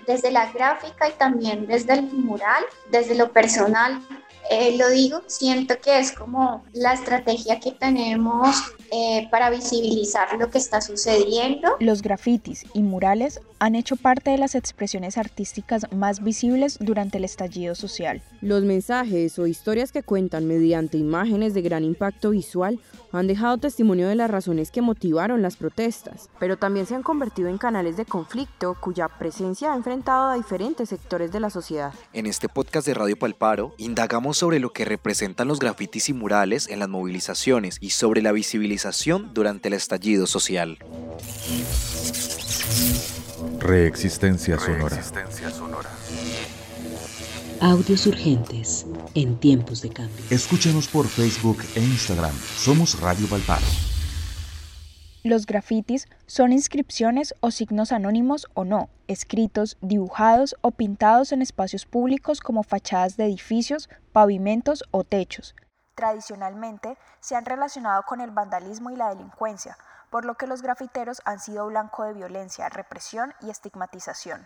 desde la gráfica y también desde el mural, desde lo personal. Lo digo, siento que es como la estrategia que tenemos para visibilizar lo que está sucediendo. Los grafitis y murales han hecho parte de las expresiones artísticas más visibles durante el estallido social. Los mensajes o historias que cuentan mediante imágenes de gran impacto visual han dejado testimonio de las razones que motivaron las protestas, pero también se han convertido en canales de conflicto cuya presencia ha enfrentado a diferentes sectores de la sociedad. En este podcast de Radio Palparo, indagamos sobre lo que representan los grafitis y murales en las movilizaciones y sobre la visibilización durante el estallido social. Reexistencia sonora. Audios urgentes en tiempos de cambio. Escúchanos por Facebook e Instagram. Somos Radio Palparo. Los grafitis son inscripciones o signos anónimos o no, escritos, dibujados o pintados en espacios públicos como fachadas de edificios, pavimentos o techos. Tradicionalmente se han relacionado con el vandalismo y la delincuencia, por lo que los grafiteros han sido blanco de violencia, represión y estigmatización.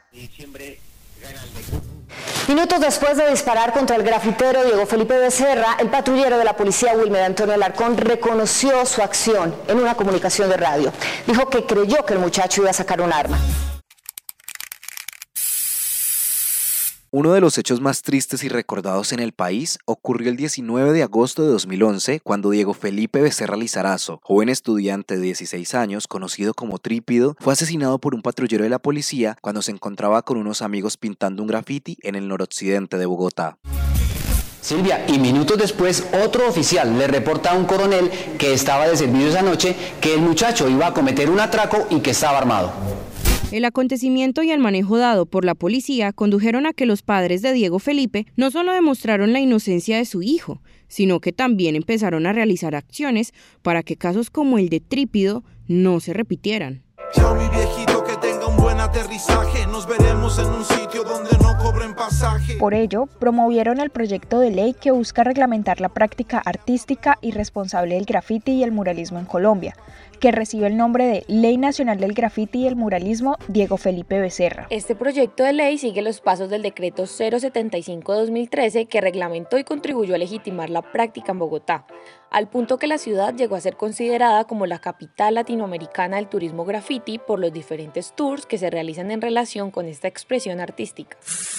Minutos después de disparar contra el grafitero Diego Felipe Becerra, el patrullero de la policía Wilmer Antonio Alarcón reconoció su acción en una comunicación de radio. Dijo que creyó que el muchacho iba a sacar un arma. Uno de los hechos más tristes y recordados en el país ocurrió el 19 de agosto de 2011, cuando Diego Felipe Becerra Lizarazo, joven estudiante de 16 años, conocido como Trípido, fue asesinado por un patrullero de la policía cuando se encontraba con unos amigos pintando un grafiti en el noroccidente de Bogotá. Silvia, y minutos después otro oficial le reporta a un coronel que estaba de servicio esa noche que el muchacho iba a cometer un atraco y que estaba armado. El acontecimiento y el manejo dado por la policía condujeron a que los padres de Diego Felipe no solo demostraron la inocencia de su hijo, sino que también empezaron a realizar acciones para que casos como el de Trípido no se repitieran. Chao mi viejito, que tenga un buen aterrizaje, nos veremos en un sitio donde no cobren pasaje. Por ello, promovieron el proyecto de ley que busca reglamentar la práctica artística y responsable del grafiti y el muralismo en Colombia, que recibe el nombre de Ley Nacional del Grafiti y el Muralismo Diego Felipe Becerra. Este proyecto de ley sigue los pasos del decreto 075-2013 que reglamentó y contribuyó a legitimar la práctica en Bogotá, al punto que la ciudad llegó a ser considerada como la capital latinoamericana del turismo graffiti por los diferentes tours que se realizan en relación con esta expresión artística.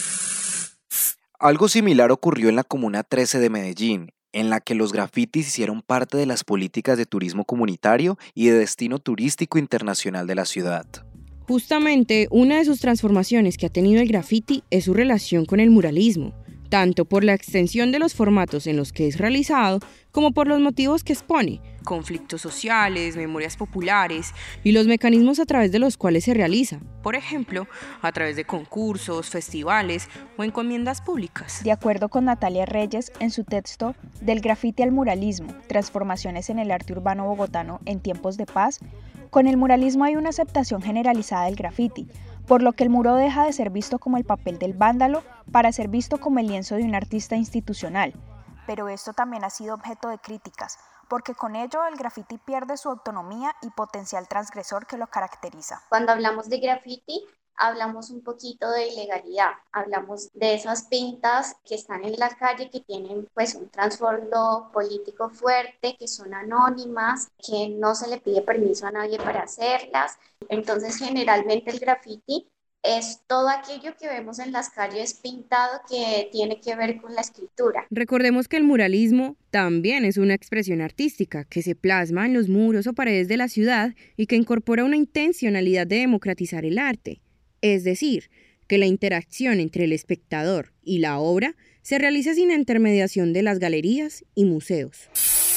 Algo similar ocurrió en la Comuna 13 de Medellín, en la que los grafitis hicieron parte de las políticas de turismo comunitario y de destino turístico internacional de la ciudad. Justamente, una de sus transformaciones que ha tenido el grafiti es su relación con el muralismo, tanto por la extensión de los formatos en los que es realizado, como por los motivos que expone, conflictos sociales, memorias populares y los mecanismos a través de los cuales se realiza, por ejemplo, a través de concursos, festivales o encomiendas públicas. De acuerdo con Natalia Reyes, en su texto Del grafiti al muralismo, transformaciones en el arte urbano bogotano en tiempos de paz, con el muralismo hay una aceptación generalizada del grafiti, por lo que el muro deja de ser visto como el papel del vándalo para ser visto como el lienzo de un artista institucional. Pero esto también ha sido objeto de críticas, porque con ello el grafiti pierde su autonomía y potencial transgresor que lo caracteriza. Cuando hablamos de graffiti, hablamos un poquito de ilegalidad, hablamos de esas pintas que están en la calle, que tienen pues un trasfondo político fuerte, que son anónimas, que no se le pide permiso a nadie para hacerlas. Entonces generalmente el graffiti es todo aquello que vemos en las calles pintado que tiene que ver con la escritura. Recordemos que el muralismo también es una expresión artística que se plasma en los muros o paredes de la ciudad y que incorpora una intencionalidad de democratizar el arte. Es decir, que la interacción entre el espectador y la obra se realiza sin intermediación de las galerías y museos.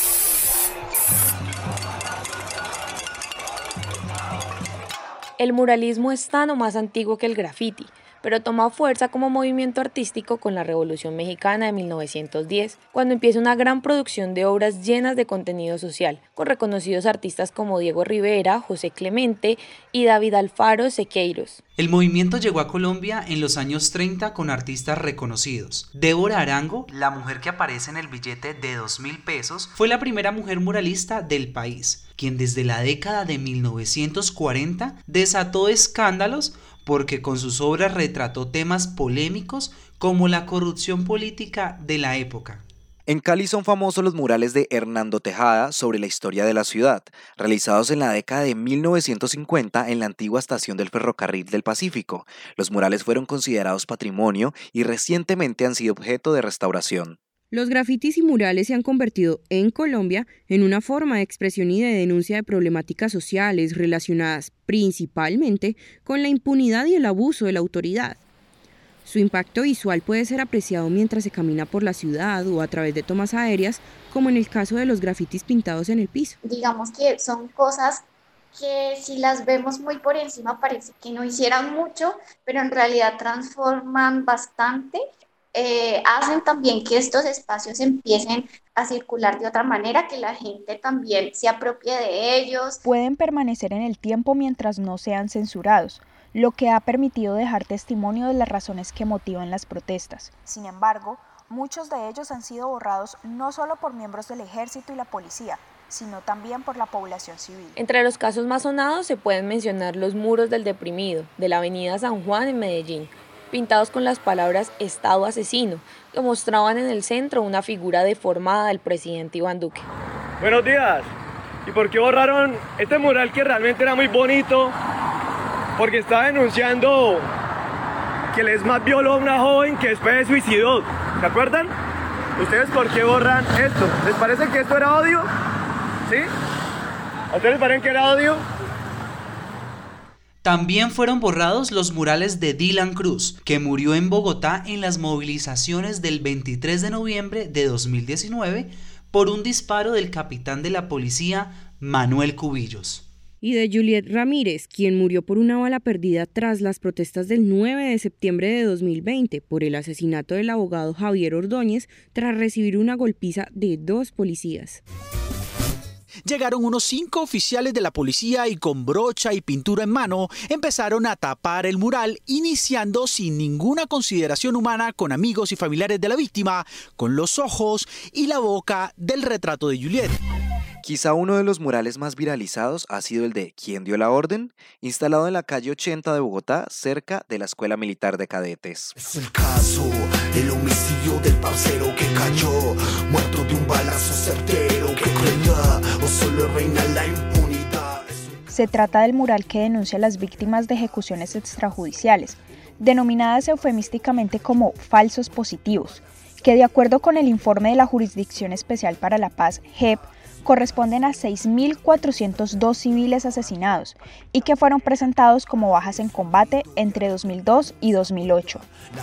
El muralismo es tan o más antiguo que el graffiti, pero toma fuerza como movimiento artístico con la Revolución Mexicana de 1910, cuando empieza una gran producción de obras llenas de contenido social, con reconocidos artistas como Diego Rivera, José Clemente y David Alfaro Sequeiros. El movimiento llegó a Colombia en los años 30 con artistas reconocidos. Débora Arango, la mujer que aparece en el billete de 2.000 pesos, fue la primera mujer muralista del país, quien desde la década de 1940 desató escándalos porque con sus obras retrató temas polémicos como la corrupción política de la época. En Cali son famosos los murales de Hernando Tejada sobre la historia de la ciudad, realizados en la década de 1950 en la antigua estación del Ferrocarril del Pacífico. Los murales fueron considerados patrimonio y recientemente han sido objeto de restauración. Los grafitis y murales se han convertido en Colombia en una forma de expresión y de denuncia de problemáticas sociales relacionadas principalmente con la impunidad y el abuso de la autoridad. Su impacto visual puede ser apreciado mientras se camina por la ciudad o a través de tomas aéreas, como en el caso de los grafitis pintados en el piso. Digamos que son cosas que si las vemos muy por encima parece que no hicieran mucho, pero en realidad transforman bastante. Hacen también que estos espacios empiecen a circular de otra manera, que la gente también se apropie de ellos. Pueden permanecer en el tiempo mientras no sean censurados, lo que ha permitido dejar testimonio de las razones que motivan las protestas. Sin embargo, muchos de ellos han sido borrados no solo por miembros del ejército y la policía, sino también por la población civil. Entre los casos más sonados se pueden mencionar los muros del Deprimido, de la avenida San Juan en Medellín, pintados con las palabras Estado asesino, que mostraban en el centro una figura deformada del presidente Iván Duque. Buenos días. ¿Y por qué borraron este mural que realmente era muy bonito? Porque estaba denunciando que el ESMAD violó a una joven que después se suicidó. ¿Se acuerdan? ¿Ustedes por qué borran esto? ¿Les parece que esto era odio? ¿Sí? ¿A ustedes les parece que era odio? También fueron borrados los murales de Dylan Cruz, que murió en Bogotá en las movilizaciones del 23 de noviembre de 2019 por un disparo del capitán de la policía, Manuel Cubillos. Y de Juliet Ramírez, quien murió por una bala perdida tras las protestas del 9 de septiembre de 2020 por el asesinato del abogado Javier Ordóñez tras recibir una golpiza de 2 policías. Llegaron unos 5 oficiales de la policía y con brocha y pintura en mano empezaron a tapar el mural, iniciando sin ninguna consideración humana con amigos y familiares de la víctima, con los ojos y la boca del retrato de Juliet. Quizá uno de los murales más viralizados ha sido el de ¿Quién dio la orden?, instalado en la calle 80 de Bogotá, cerca de la Escuela Militar de Cadetes. Es el caso del homicidio del parcero que cayó, muerto de un balazo certero, que crueldad o solo reina la impunidad. Se trata del mural que denuncia a las víctimas de ejecuciones extrajudiciales, denominadas eufemísticamente como falsos positivos, que de acuerdo con el informe de la Jurisdicción Especial para la Paz, JEP, corresponden a 6.402 civiles asesinados y que fueron presentados como bajas en combate entre 2002 y 2008.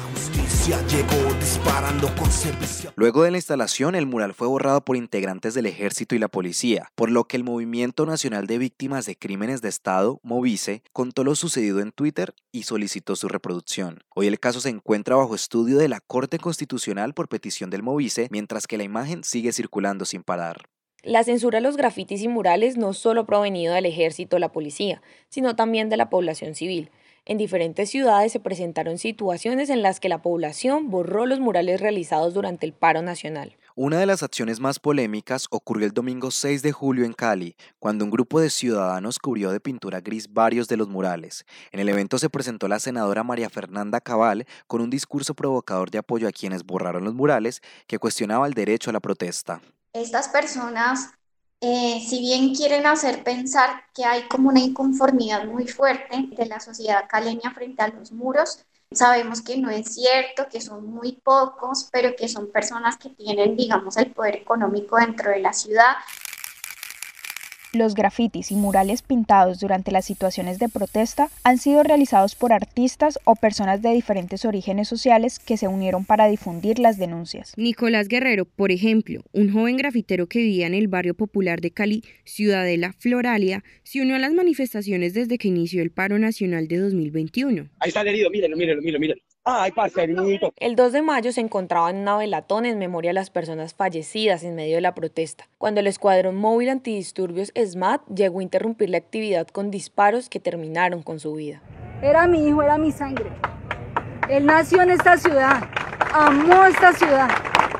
Luego de la instalación, el mural fue borrado por integrantes del ejército y la policía, por lo que el Movimiento Nacional de Víctimas de Crímenes de Estado, Movice, contó lo sucedido en Twitter y solicitó su reproducción. Hoy el caso se encuentra bajo estudio de la Corte Constitucional por petición del Movice, mientras que la imagen sigue circulando sin parar. La censura a los grafitis y murales no solo ha provenido del ejército o la policía, sino también de la población civil. En diferentes ciudades se presentaron situaciones en las que la población borró los murales realizados durante el paro nacional. Una de las acciones más polémicas ocurrió el domingo 6 de julio en Cali, cuando un grupo de ciudadanos cubrió de pintura gris varios de los murales. En el evento se presentó la senadora María Fernanda Cabal con un discurso provocador de apoyo a quienes borraron los murales, que cuestionaba el derecho a la protesta. Estas personas, si bien quieren hacer pensar que hay como una inconformidad muy fuerte de la sociedad caleña frente a los muros, sabemos que no es cierto, que son muy pocos, pero que son personas que tienen, digamos, el poder económico dentro de la ciudad. Los grafitis y murales pintados durante las situaciones de protesta han sido realizados por artistas o personas de diferentes orígenes sociales que se unieron para difundir las denuncias. Nicolás Guerrero, por ejemplo, un joven grafitero que vivía en el barrio popular de Cali, Ciudadela Floralia, se unió a las manifestaciones desde que inició el paro nacional de 2021. Ahí está el herido, mírenlo. ¡Ay, parcerito! El 2 de mayo se encontraba en una velatón en memoria a las personas fallecidas en medio de la protesta, cuando el Escuadrón Móvil Antidisturbios ESMAD llegó a interrumpir la actividad con disparos que terminaron con su vida. Era mi hijo, era mi sangre. Él nació en esta ciudad, amó esta ciudad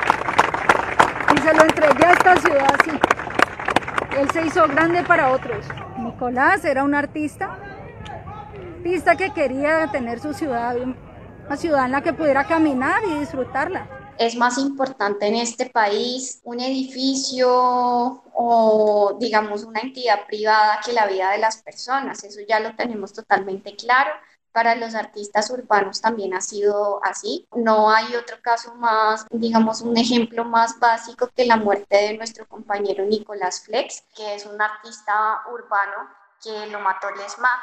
y se lo entregué a esta ciudad así. Él se hizo grande para otros. Nicolás era un artista artista que quería tener su ciudad, una ciudad en la que pudiera caminar y disfrutarla. Es más importante en este país un edificio o, digamos, una entidad privada que la vida de las personas. Eso ya lo tenemos totalmente claro. Para los artistas urbanos también ha sido así. No hay otro caso más, digamos, un ejemplo más básico que la muerte de nuestro compañero Nicolás Flex, que es un artista urbano que lo mató el ESMAD.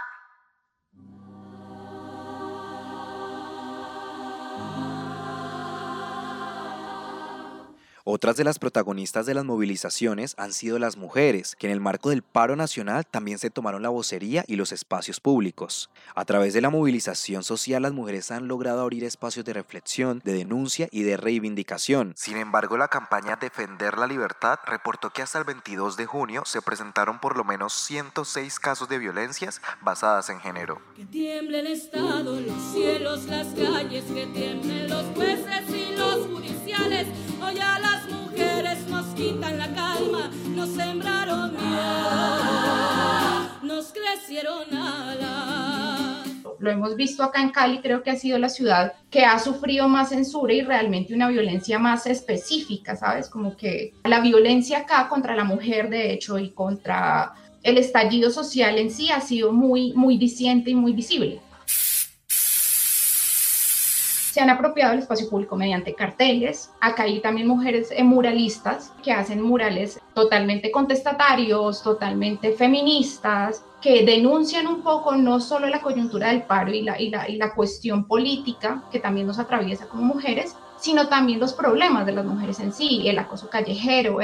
Otras de las protagonistas de las movilizaciones han sido las mujeres, que en el marco del paro nacional también se tomaron la vocería y los espacios públicos. A través de la movilización social, las mujeres han logrado abrir espacios de reflexión, de denuncia y de reivindicación. Sin embargo, la campaña Defender la Libertad reportó que hasta el 22 de junio se presentaron por lo menos 106 casos de violencias basadas en género. Que tiemble el Estado, los cielos, las calles, que tiemblen los jueces y los judiciales. Hoy a las mujeres nos quitan la calma, nos sembraron miedo, nos crecieron alas. Lo hemos visto acá en Cali, creo que ha sido la ciudad que ha sufrido más censura y realmente una violencia más específica, ¿sabes? Como que la violencia acá contra la mujer, de hecho, y contra el estallido social en sí ha sido muy diciente y muy visible. Se han apropiado del espacio público mediante carteles. Acá hay también mujeres muralistas que hacen murales totalmente contestatarios, totalmente feministas, que denuncian un poco no solo la coyuntura del paro y la cuestión política que también nos atraviesa como mujeres, sino también los problemas de las mujeres en sí, el acoso callejero,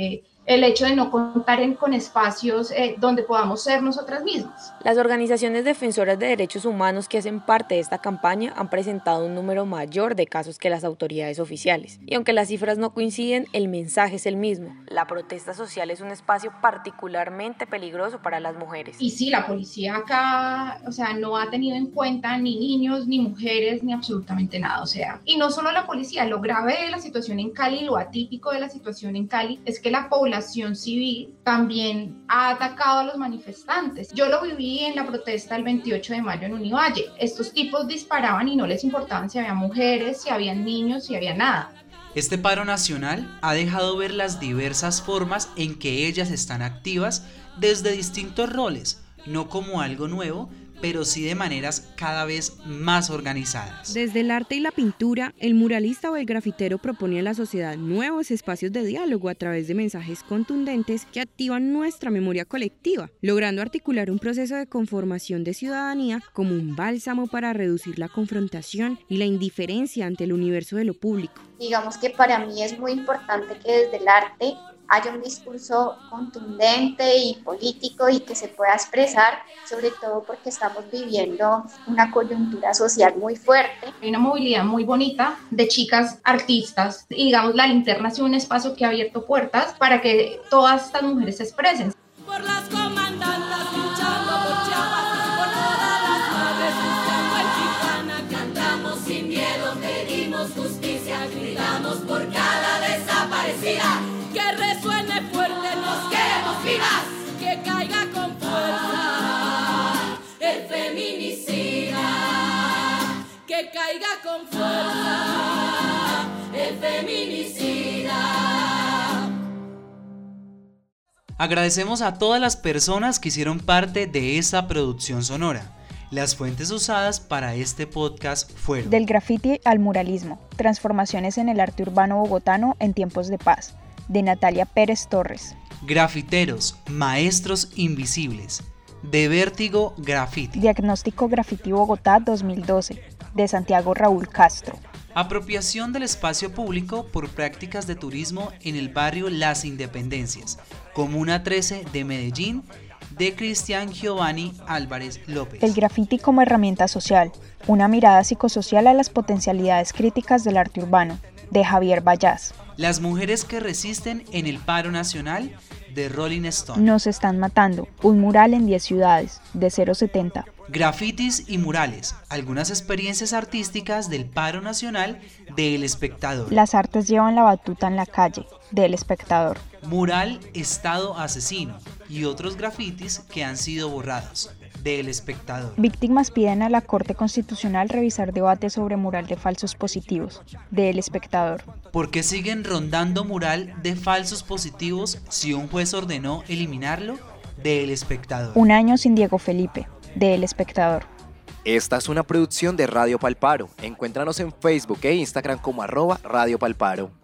el hecho de no contar con espacios donde podamos ser nosotras mismas. Las organizaciones defensoras de derechos humanos que hacen parte de esta campaña han presentado un número mayor de casos que las autoridades oficiales. Y aunque las cifras no coinciden, el mensaje es el mismo. La protesta social es un espacio particularmente peligroso para las mujeres. Y sí, la policía acá, no ha tenido en cuenta ni niños, ni mujeres, ni absolutamente nada. Y no solo la policía, lo grave de la situación en Cali, lo atípico de la situación en Cali, es que la población civil también ha atacado a los manifestantes. Yo lo viví en la protesta del 28 de mayo en Univalle. Estos tipos disparaban y no les importaban si había mujeres, si había niños, si había nada. Este paro nacional ha dejado ver las diversas formas en que ellas están activas desde distintos roles, no como algo nuevo, pero sí de maneras cada vez más organizadas. Desde el arte y la pintura, el muralista o el grafitero propone a la sociedad nuevos espacios de diálogo a través de mensajes contundentes que activan nuestra memoria colectiva, logrando articular un proceso de conformación de ciudadanía como un bálsamo para reducir la confrontación y la indiferencia ante el universo de lo público. Digamos que para mí es muy importante que desde el arte haya un discurso contundente y político y que se pueda expresar, sobre todo porque estamos viviendo una coyuntura social muy fuerte. Hay una movilidad muy bonita de chicas artistas y digamos la linterna ha sido un espacio que ha abierto puertas para que todas estas mujeres se expresen. Por las comandantas luchando por Chiapas, por todas las madres luchando en Chicana, cantamos sin miedo, pedimos justicia, gritamos por cada desaparecida. Que resuene fuerte, nos queremos vivas, que caiga con fuerza el feminicida, que caiga con fuerza el feminicida. Agradecemos a todas las personas que hicieron parte de esta producción sonora. Las fuentes usadas para este podcast fueron: Del grafiti al muralismo, transformaciones en el arte urbano bogotano en tiempos de paz, de Natalia Pérez Torres. Grafiteros, maestros invisibles, de Vértigo Graffiti. Diagnóstico Graffiti Bogotá 2012, de Santiago Raúl Castro. Apropiación del espacio público por prácticas de turismo en el barrio Las Independencias, Comuna 13 de Medellín, de Cristian Giovanni Álvarez López. El grafiti como herramienta social, una mirada psicosocial a las potencialidades críticas del arte urbano, de Javier Vallás. Las mujeres que resisten en el paro nacional, de Rolling Stone. Nos están matando, un mural en 10 ciudades, de 070. Grafitis y murales, algunas experiencias artísticas del paro nacional, de El Espectador. Las artes llevan la batuta en la calle, de El Espectador. Mural Estado Asesino y otros grafitis que han sido borrados, de El Espectador. Víctimas piden a la Corte Constitucional revisar debate sobre mural de falsos positivos, de El Espectador. ¿Por qué siguen rondando mural de falsos positivos si un juez ordenó eliminarlo? De El Espectador. Un año sin Diego Felipe, de El Espectador. Esta es una producción de Radio Palparo. Encuéntranos en Facebook e Instagram como @Radio Palparo.